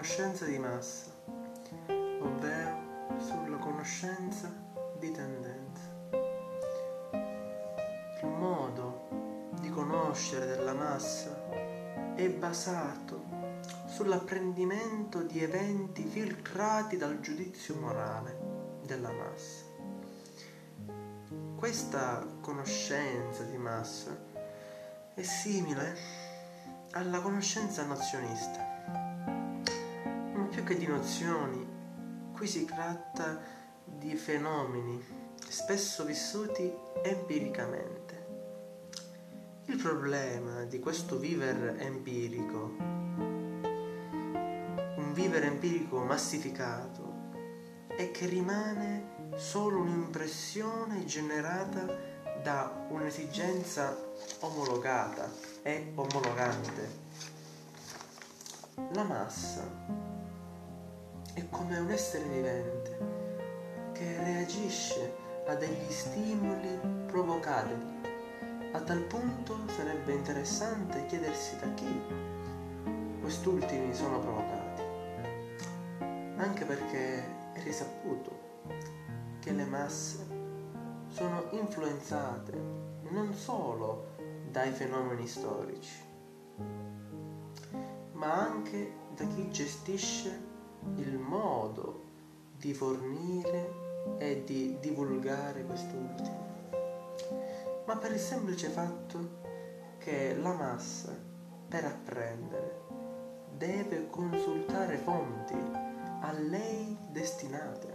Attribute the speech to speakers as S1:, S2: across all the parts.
S1: conoscenza di massa, ovvero sulla conoscenza di tendenza. Il modo di conoscere della massa è basato sull'apprendimento di eventi filtrati dal giudizio morale della massa. Questa conoscenza di massa è simile alla conoscenza nozionista, ma più che di nozioni, qui si tratta di fenomeni spesso vissuti empiricamente. Il problema di questo vivere empirico, un vivere empirico massificato, è che rimane solo un'impressione generata da un'esigenza omologata e omologante. La massa è come un essere vivente che reagisce a degli stimoli provocateli. A tal punto sarebbe interessante chiedersi da chi quest'ultimi sono provocati, anche perché è risaputo che le masse sono influenzate non solo dai fenomeni storici, ma anche da chi gestisce il modo di fornire e di divulgare quest'ultimo. Ma per il semplice fatto che la massa, per apprendere, deve consultare fonti a lei destinate,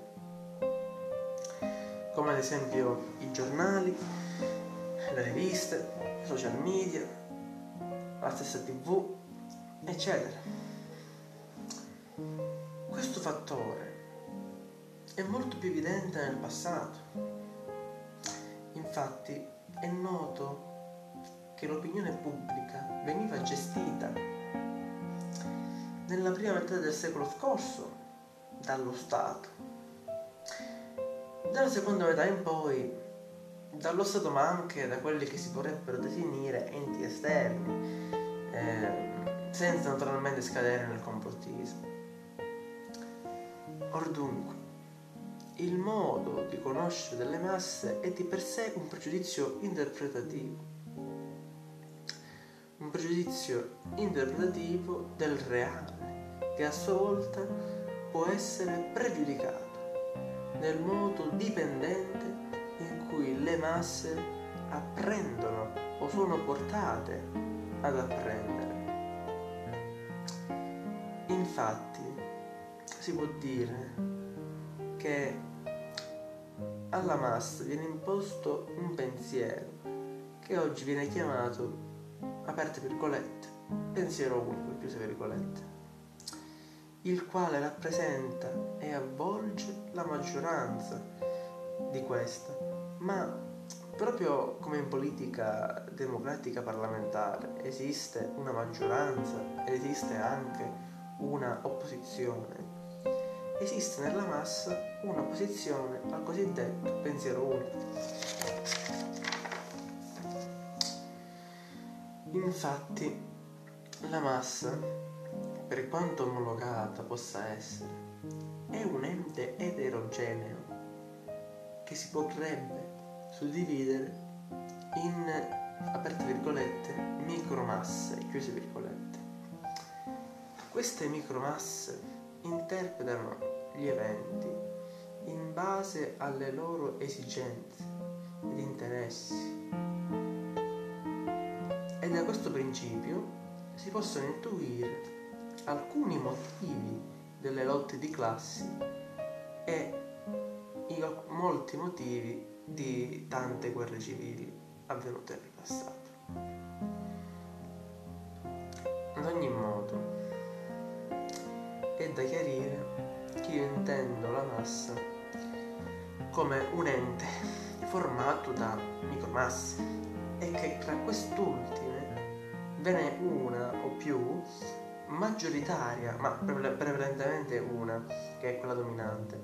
S1: come ad esempio i giornali, le riviste, i social media, la stessa TV, eccetera. Questo fattore è molto più evidente nel passato. Infatti è noto che l'opinione pubblica veniva gestita nella prima metà del secolo scorso dallo Stato, dalla seconda metà in poi dallo Stato, ma anche da quelli che si vorrebbero definire enti esterni, senza naturalmente scadere nel complottismo. Or dunque, il modo di conoscere delle masse è di per sé un pregiudizio interpretativo. Un pregiudizio interpretativo del reale, che a sua volta può essere pregiudicato nel modo dipendente in cui le masse apprendono o sono portate ad apprendere. Infatti, si può dire che alla massa viene imposto un pensiero che oggi viene chiamato, aperte virgolette, pensiero unico, chiuse virgolette, il quale rappresenta e avvolge la maggioranza di questa, ma proprio come in politica democratica parlamentare esiste una maggioranza ed esiste anche una opposizione, esiste nella massa una opposizione al cosiddetto pensiero unico. Infatti, la massa, per quanto omologata possa essere, è un ente eterogeneo che si potrebbe suddividere in, aperte virgolette, micromasse, chiuse virgolette. Queste micromasse interpretano gli eventi in base alle loro esigenze ed interessi, e da questo principio si possono intuire alcuni motivi delle lotte di classi e molti motivi di tante guerre civili avvenute nel passato. Ad ogni modo, è da chiarire che io intendo la massa come un ente formato da micromasse e che tra quest'ultime ve n'è una o più maggioritaria, ma prevalentemente una, che è quella dominante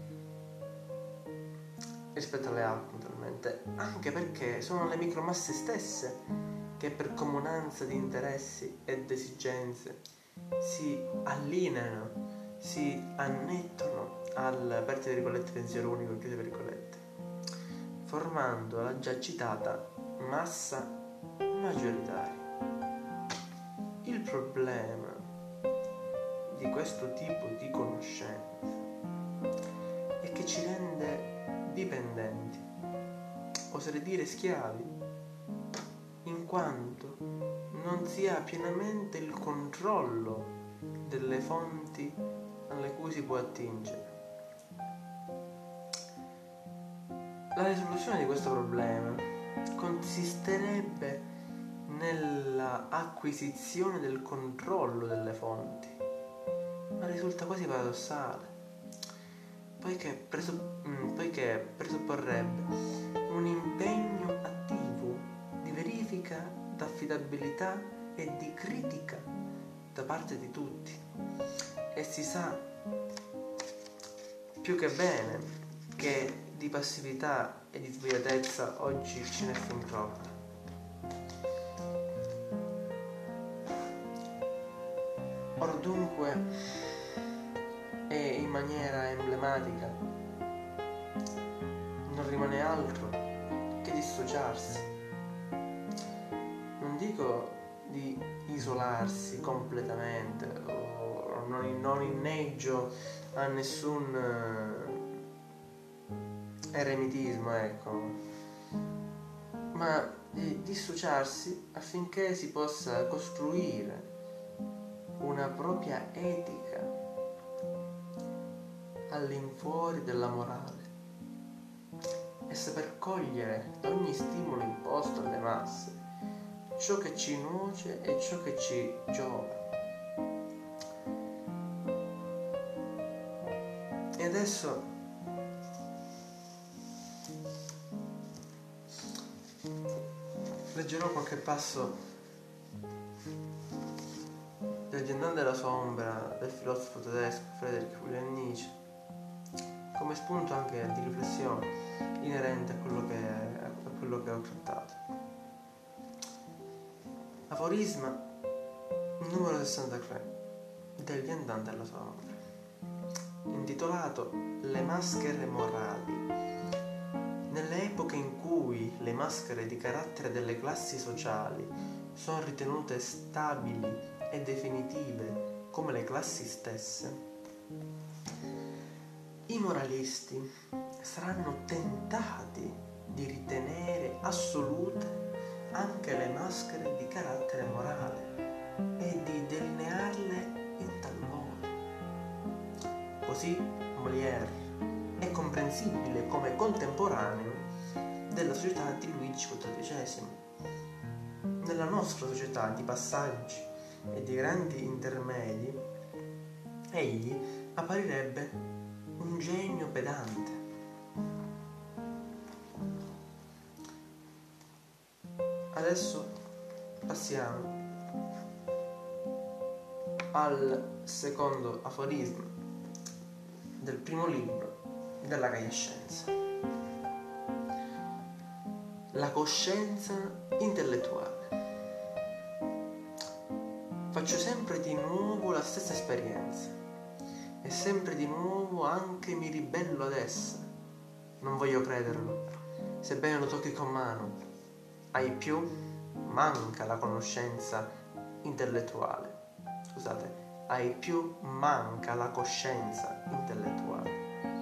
S1: rispetto alle altre, naturalmente, anche perché sono le micromasse stesse che per comunanza di interessi ed esigenze si allineano, si annettono al, aperte virgolette, pensiero unico, chiuse virgolette, formando la già citata massa maggioritaria. Il problema di questo tipo di conoscenza è che ci rende dipendenti, oserei dire schiavi, in quanto non si ha pienamente il controllo delle fonti alle cui si può attingere. La risoluzione di questo problema consisterebbe nella acquisizione del controllo delle fonti, ma risulta quasi paradossale, poiché presupporrebbe un impegno attivo di verifica, d'affidabilità e di critica da parte di tutti, e si sa più che bene che di passività e di svogliatezza oggi ce n'è fin troppa. Or dunque, e in maniera emblematica, non rimane altro che dissociarsi. Non dico di isolarsi completamente o non inneggio a nessun eremitismo, ecco, ma di dissociarsi affinché si possa costruire una propria etica all'infuori della morale e saper cogliere da ogni stimolo imposto alle masse ciò che ci nuoce e ciò che ci giova. E adesso leggerò qualche passo del Viandante della sombra del filosofo tedesco Friedrich Wilhelm Nietzsche, come spunto anche di riflessione inerente a quello che ho trattato. Aforisma numero 63 del Viandante della sombra, intitolato Le maschere morali. Nelle epoche in cui le maschere di carattere delle classi sociali sono ritenute stabili e definitive come le classi stesse, i moralisti saranno tentati di ritenere assolute anche le maschere di carattere morale e di delinearle in tal modo. Così Molière è comprensibile come contemporaneo della società di Luigi XIV. Nella nostra società di passaggi e di grandi intermedi, egli apparirebbe un genio pedante. Adesso passiamo al secondo aforisma del primo libro della Gaia Scienza. La coscienza intellettuale. Faccio sempre di nuovo la stessa esperienza e sempre di nuovo anche mi ribello ad essa. Non voglio crederlo, sebbene lo tocchi con mano. Ai più manca la conoscenza intellettuale. Ai più manca la coscienza intellettuale.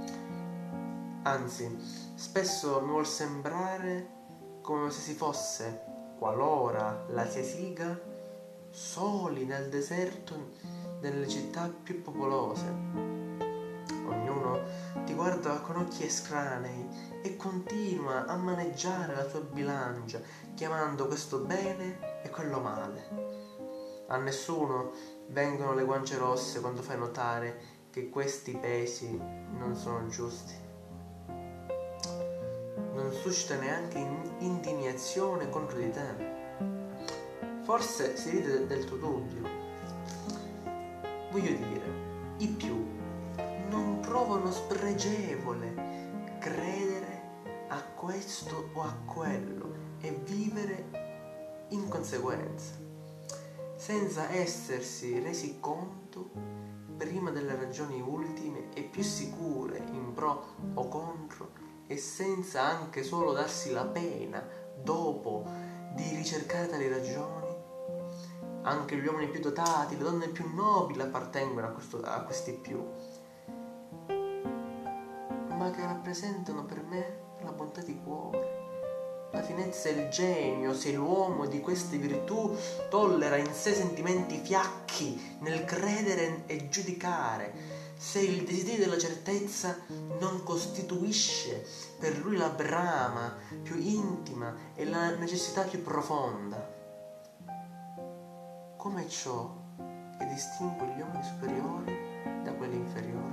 S1: Anzi, spesso mi vuol sembrare come se si fosse, qualora la si esiga, soli nel deserto delle città più popolose. Ognuno ti guarda con occhi estranei e continua a maneggiare la sua bilancia, chiamando questo bene e quello male. A nessuno vengono le guance rosse quando fai notare che questi pesi non sono giusti. Non suscita neanche indignazione contro di te. Forse si ride del tuo dubbio. Voglio dire, i più non trovano spregevole credere a questo o a quello e vivere in conseguenza. senza essersi resi conto prima delle ragioni ultime e più sicure in pro o contro, e senza anche solo darsi la pena dopo di ricercare tali ragioni. Anche gli uomini più dotati, le donne più nobili appartengono a questi più, ma che rappresentano per me la bontà di cuore, la finezza e il genio, se l'uomo di queste virtù tollera in sé sentimenti fiacchi nel credere e giudicare, se il desiderio della certezza non costituisce per lui la brama più intima e la necessità più profonda. Come ciò che distingue gli uomini superiori da quelli inferiori.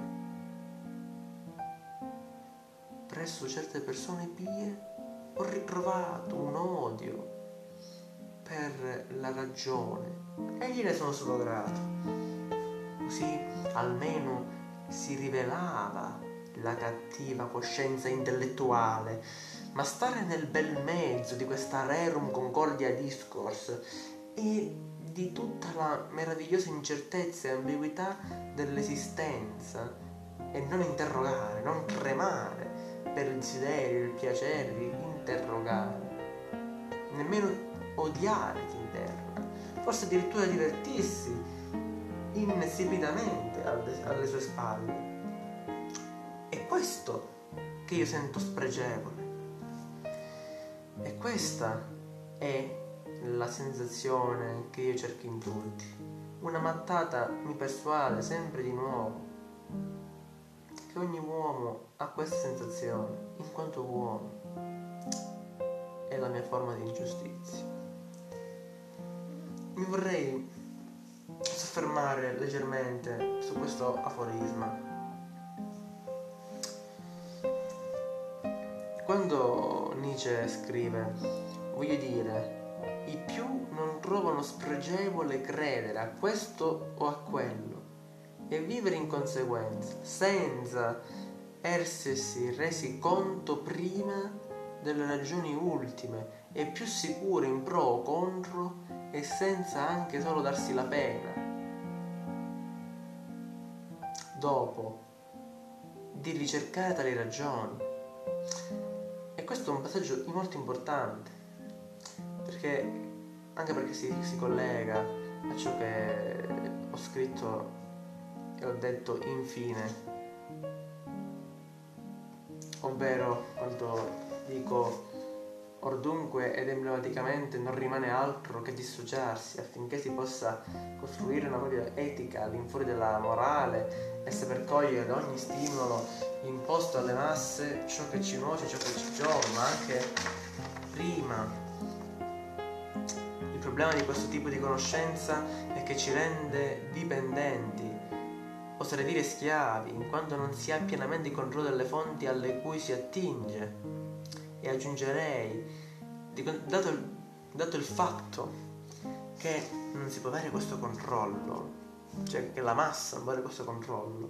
S1: Presso certe persone pie ho ritrovato un odio per la ragione e gliene sono stato grato. Così almeno si rivelava la cattiva coscienza intellettuale, ma stare nel bel mezzo di questa rerum concordia discourse e di tutta la meravigliosa incertezza e ambiguità dell'esistenza, e non interrogare, non tremare per il desiderio, il piacere di interrogare, nemmeno odiare chi interroga, forse addirittura divertirsi insipidamente alle sue spalle. È questo che io sento spregevole, e questa è la sensazione che io cerco in tutti. Una mattata mi persuade sempre di nuovo che ogni uomo ha questa sensazione, in quanto uomo. È la mia forma di ingiustizia. Mi vorrei soffermare leggermente su questo aforisma. Quando Nietzsche scrive: voglio dire, i più non trovano spregevole credere a questo o a quello e vivere in conseguenza, senza essersi resi conto prima delle ragioni ultime e più sicure in pro o contro, e senza anche solo darsi la pena dopo di ricercare tali ragioni. E questo è un passaggio molto importante, anche perché si collega a ciò che ho scritto e ho detto infine, ovvero quando dico: ordunque ed emblematicamente non rimane altro che dissociarsi affinché si possa costruire una propria etica all'infuori della morale e saper cogliere da ogni stimolo imposto alle masse ciò che ci nuoce, ciò che ci giova, ma anche prima. Il problema di questo tipo di conoscenza è che ci rende dipendenti, oserei dire schiavi, in quanto non si ha pienamente il controllo delle fonti alle cui si attinge. E aggiungerei, dato il fatto che non si può avere questo controllo, cioè che la massa non può avere questo controllo,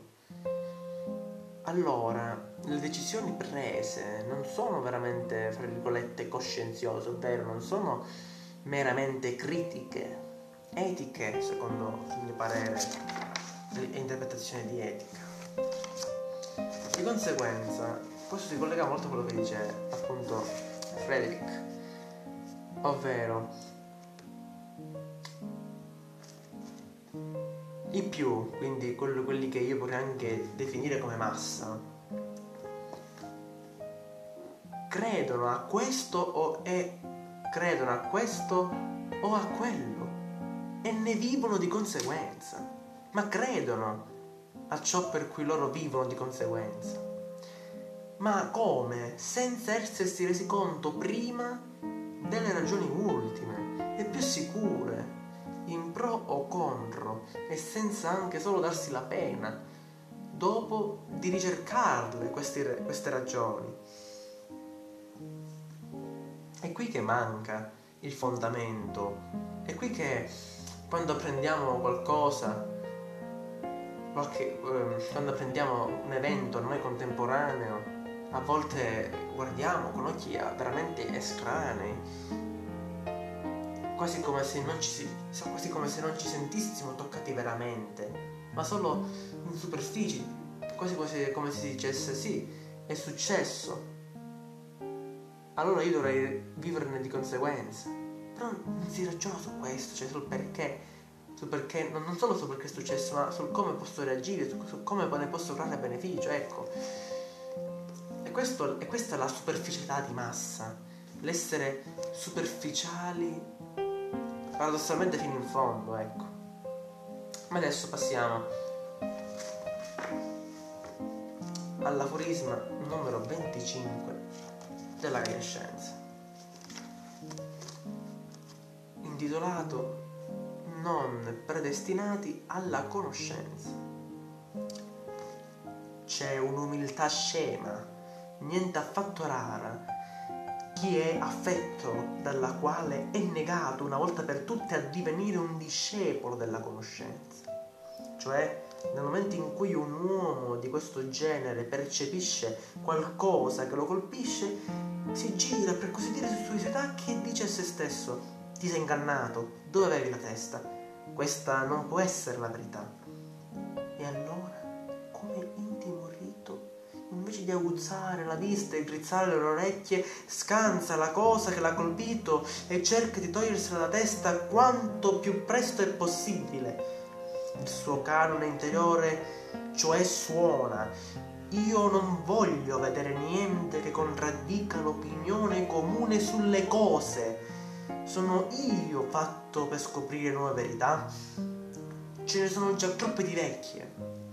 S1: allora le decisioni prese non sono veramente, fra virgolette, coscienziose, ovvero non sono meramente critiche, etiche, secondo il mio parere e interpretazione di etica. Di conseguenza, questo si collega molto a quello che dice appunto Frederick, ovvero i più, quindi quelli che io vorrei anche definire come massa, credono a questo o a quello e ne vivono di conseguenza, ma credono a ciò per cui loro vivono di conseguenza. Ma come? Senza essersi resi conto prima delle ragioni ultime e più sicure, in pro o contro, e senza anche solo darsi la pena dopo di ricercarle queste ragioni. È qui che manca il fondamento, è qui che quando apprendiamo qualcosa, quando apprendiamo un evento noi contemporaneo, a volte guardiamo con occhi veramente estranei quasi come se non ci sentissimo toccati veramente, ma solo in superficie, quasi come se si dicesse sì, è successo, allora io dovrei viverne di conseguenza. Però non si ragiona su questo, cioè sul perché, non solo sul perché è successo, ma sul come posso reagire, su come ne posso trarre beneficio, ecco. E questa è la superficialità di massa, l'essere superficiali paradossalmente fino in fondo, ecco. Ma adesso passiamo all'aforisma numero 25 della Gaia Scienza, intitolato Non predestinati alla conoscenza. C'è un'umiltà scema, niente affatto rara, chi è affetto dalla quale è negato una volta per tutte a divenire un discepolo della conoscenza. Cioè, nel momento in cui un uomo di questo genere percepisce qualcosa che lo colpisce, si gira per così dire sui suoi tacchi e dice a se stesso: ti sei ingannato, dove avevi la testa? Questa non può essere la verità. E allora, come intimorito, invece di aguzzare la vista e drizzare le orecchie, scansa la cosa che l'ha colpito e cerca di togliersela da testa quanto più presto è possibile. Il suo canone interiore cioè suona: io non voglio vedere niente che contraddica l'opinione comune sulle cose. Sono io fatto per scoprire nuove verità? Ce ne sono già troppe di vecchie.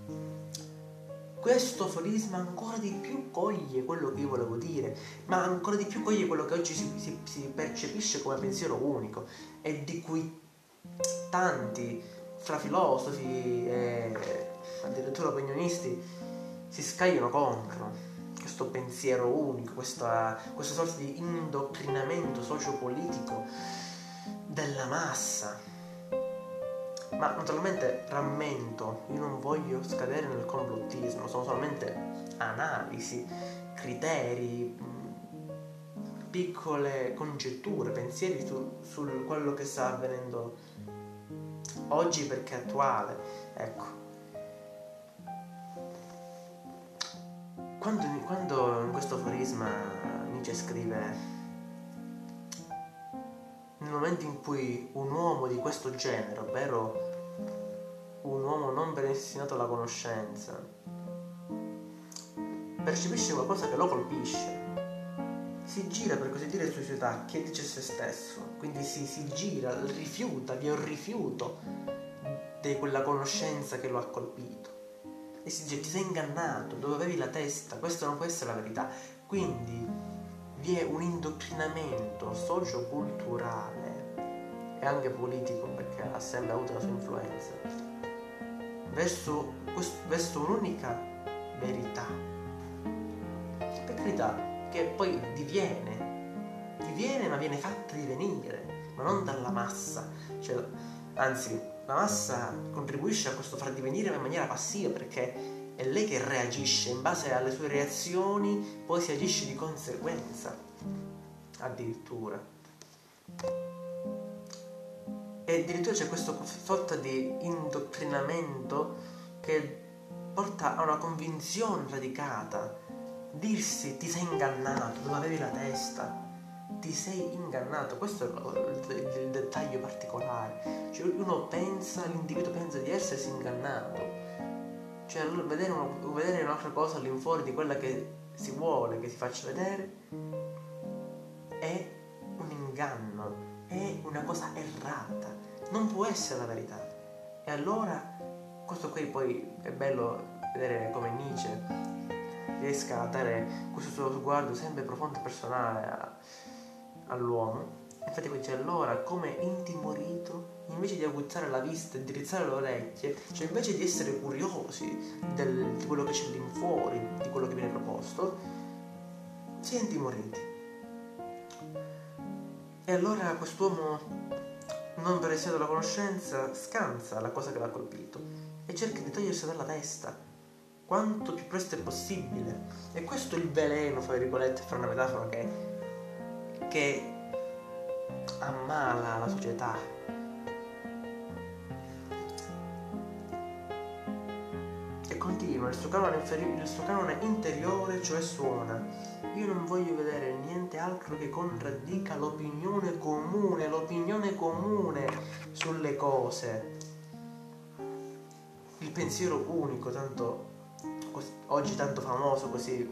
S1: Questo aforisma ancora di più coglie quello che io volevo dire, ma ancora di più coglie quello che oggi si percepisce come pensiero unico e di cui tanti fra filosofi e addirittura opinionisti si scagliano contro questo pensiero unico, questa sorta di indottrinamento sociopolitico della massa. Ma naturalmente rammento, io non voglio scadere nel complottismo, sono solamente analisi, criteri, piccole congetture, pensieri su quello che sta avvenendo oggi perché è attuale, ecco. Quando in questo aforisma Nietzsche scrive: nel momento in cui un uomo di questo genere, ovvero un uomo non predestinato alla conoscenza, percepisce qualcosa che lo colpisce, si gira per così dire sui suoi tacchi e dice a se stesso, quindi si gira, rifiuta, vi è un rifiuto di quella conoscenza che lo ha colpito e si dice: ti sei ingannato, dove avevi la testa, questa non può essere la verità. Quindi vi è un indottrinamento socioculturale e anche politico, perché ha sempre avuto la sua influenza, verso un'unica verità, per carità, che poi diviene ma viene fatta divenire, ma non dalla massa, cioè, anzi la massa contribuisce a questo far divenire in maniera passiva, perché è lei che reagisce, in base alle sue reazioni poi si agisce di conseguenza addirittura. E addirittura c'è questa sorta di indottrinamento che porta a una convinzione radicata: dirsi ti sei ingannato, dove avevi la testa, ti sei ingannato. Questo è il dettaglio particolare, cioè l'individuo pensa di essersi ingannato, cioè allora vedere un'altra cosa all'infuori di quella che si vuole che si faccia vedere è un inganno, è una cosa errata, non può essere la verità. E allora questo qui poi è bello vedere come Nietzsche riesca a dare questo suo sguardo sempre profondo e personale all'uomo. Infatti qui dice: allora, come intimorito, invece di aguzzare la vista e drizzare le orecchie, cioè invece di essere curiosi di quello che c'è lì fuori, di quello che viene proposto, si è intimoriti. E allora quest'uomo, non per essere della conoscenza, scansa la cosa che l'ha colpito e cerca di togliersi dalla testa quanto più presto è possibile. E questo è il veleno, fra virgolette, fra una metafora che ammala la società. E continua, il suo canone interiore, cioè suona: io non voglio vedere niente altro che contraddica l'opinione comune sulle cose. Il pensiero unico, oggi tanto famoso,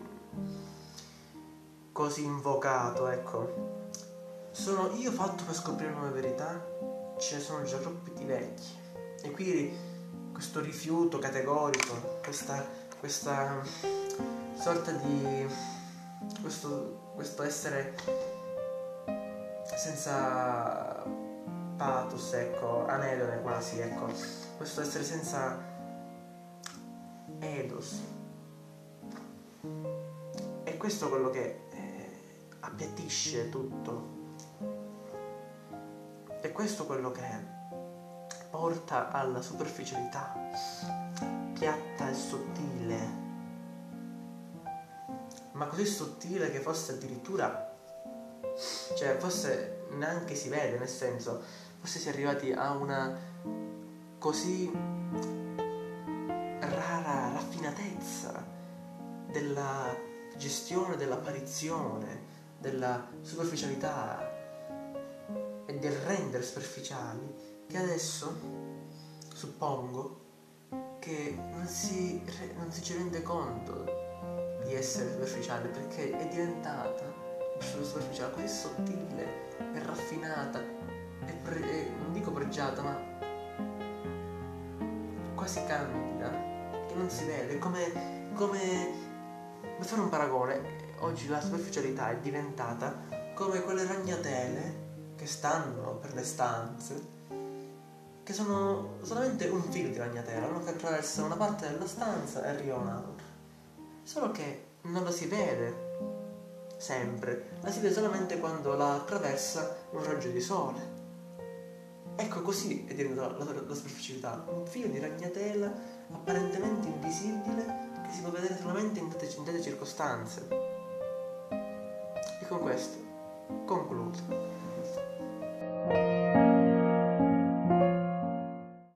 S1: così invocato, ecco. Sono io fatto per scoprire nuove verità? Ce ne sono già troppi di vecchi. E qui questo rifiuto categorico, questa sorta di questo essere senza pathos, ecco, anedone quasi, ecco, questo essere senza ethos. E questo è quello che appiattisce tutto. E questo è quello che porta alla superficialità piatta e sottile, ma così sottile che forse addirittura, cioè forse neanche si vede, nel senso, forse si è arrivati a una così rara raffinatezza della gestione dell'apparizione, della superficialità e del rendere superficiali, che adesso suppongo che non si ci rende conto di essere superficiale, perché è diventata superficiale così sottile e raffinata e non dico pregiata, ma quasi candida, che non si vede, come per fare un paragone. Oggi la superficialità è diventata come quelle ragnatele che stanno per le stanze, che sono solamente un filo di ragnatela, uno che attraversa una parte della stanza e arriva un'altra, solo che non la si vede sempre, la si vede solamente quando la attraversa un raggio di sole. Ecco, così è diventata la superficialità, un filo di ragnatela apparentemente invisibile che si può vedere solamente in dette circostanze. E con questo concludo.